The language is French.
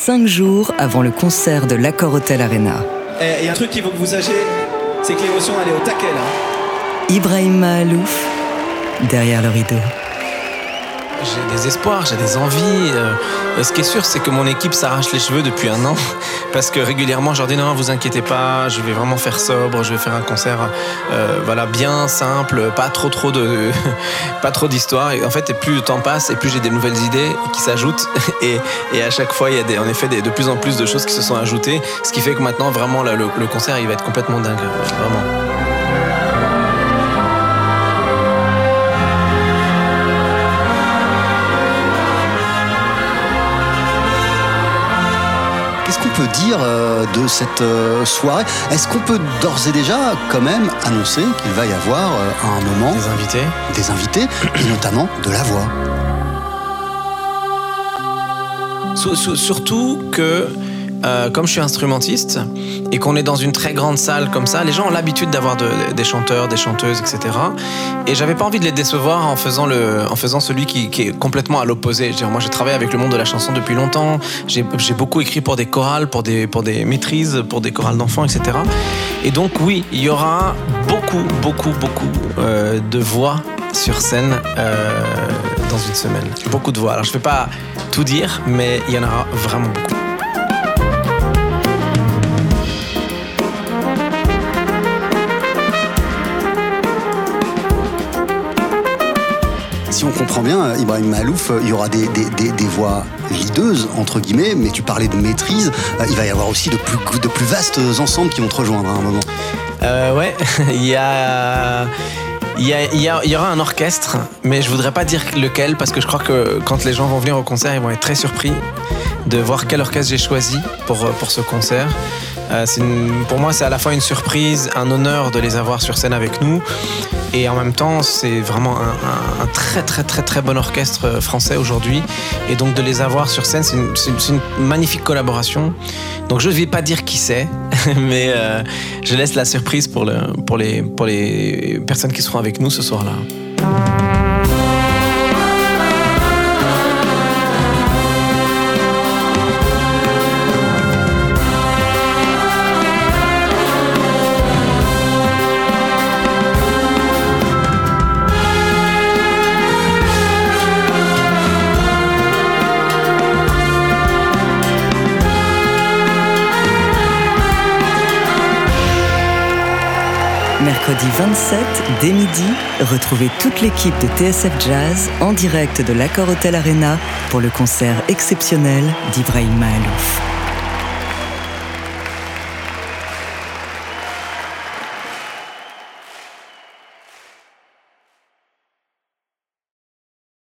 5 jours avant le concert de l'Accor Hotel Arena. Il y a un truc qu'il faut que vous sachiez, c'est que l'émotion elle est au taquet là. Ibrahim Mahalouf, derrière le rideau. J'ai des espoirs, j'ai des envies. Ce qui est sûr, c'est que mon équipe s'arrache les cheveux depuis 1 an. Parce que régulièrement, je leur dis non, vous inquiétez pas, je vais vraiment faire sobre, je vais faire un concert bien simple, pas trop pas trop d'histoire. Et en fait, plus le temps passe, et plus j'ai des nouvelles idées qui s'ajoutent. Et à chaque fois, il y a en effet de plus en plus de choses qui se sont ajoutées. Ce qui fait que maintenant, vraiment, le concert, il va être complètement dingue. Vraiment. Qu'est-ce qu'on peut dire de cette soirée ? Est-ce qu'on peut d'ores et déjà quand même annoncer qu'il va y avoir à un moment des invités et notamment de la voix ? Surtout que comme je suis instrumentiste et qu'on est dans une très grande salle comme ça, les gens ont l'habitude d'avoir des chanteurs, des chanteuses, etc. Et j'avais pas envie de les décevoir en faisant celui qui est complètement à l'opposé. Je veux dire, moi, je travaille avec le monde de la chanson depuis longtemps. J'ai beaucoup écrit pour des chorales, pour des maîtrises, pour des chorales d'enfants, etc. Et donc, oui, il y aura beaucoup de voix sur scène dans une semaine. Beaucoup de voix. Alors, je vais pas tout dire, mais il y en aura vraiment beaucoup. Si on comprend bien, Ibrahim Mahalouf, il y aura des voix leadeuses, entre guillemets, mais tu parlais de maîtrise, il va y avoir aussi de plus vastes ensembles qui vont te rejoindre à un moment. Ouais, il y aura un orchestre, mais je voudrais pas dire lequel, parce que je crois que quand les gens vont venir au concert, ils vont être très surpris de voir quel orchestre j'ai choisi pour ce concert. Pour moi, c'est à la fois une surprise, un honneur de les avoir sur scène avec nous. Et en même temps, c'est vraiment un très très très très bon orchestre français aujourd'hui. Et donc de les avoir sur scène, c'est une magnifique collaboration. Donc je ne vais pas dire qui c'est, mais je laisse la surprise pour les personnes qui seront avec nous ce soir-là. Mercredi 27, dès midi, retrouvez toute l'équipe de TSF Jazz en direct de l'Accor Hotel Arena pour le concert exceptionnel d'Ibrahim Mahalouf.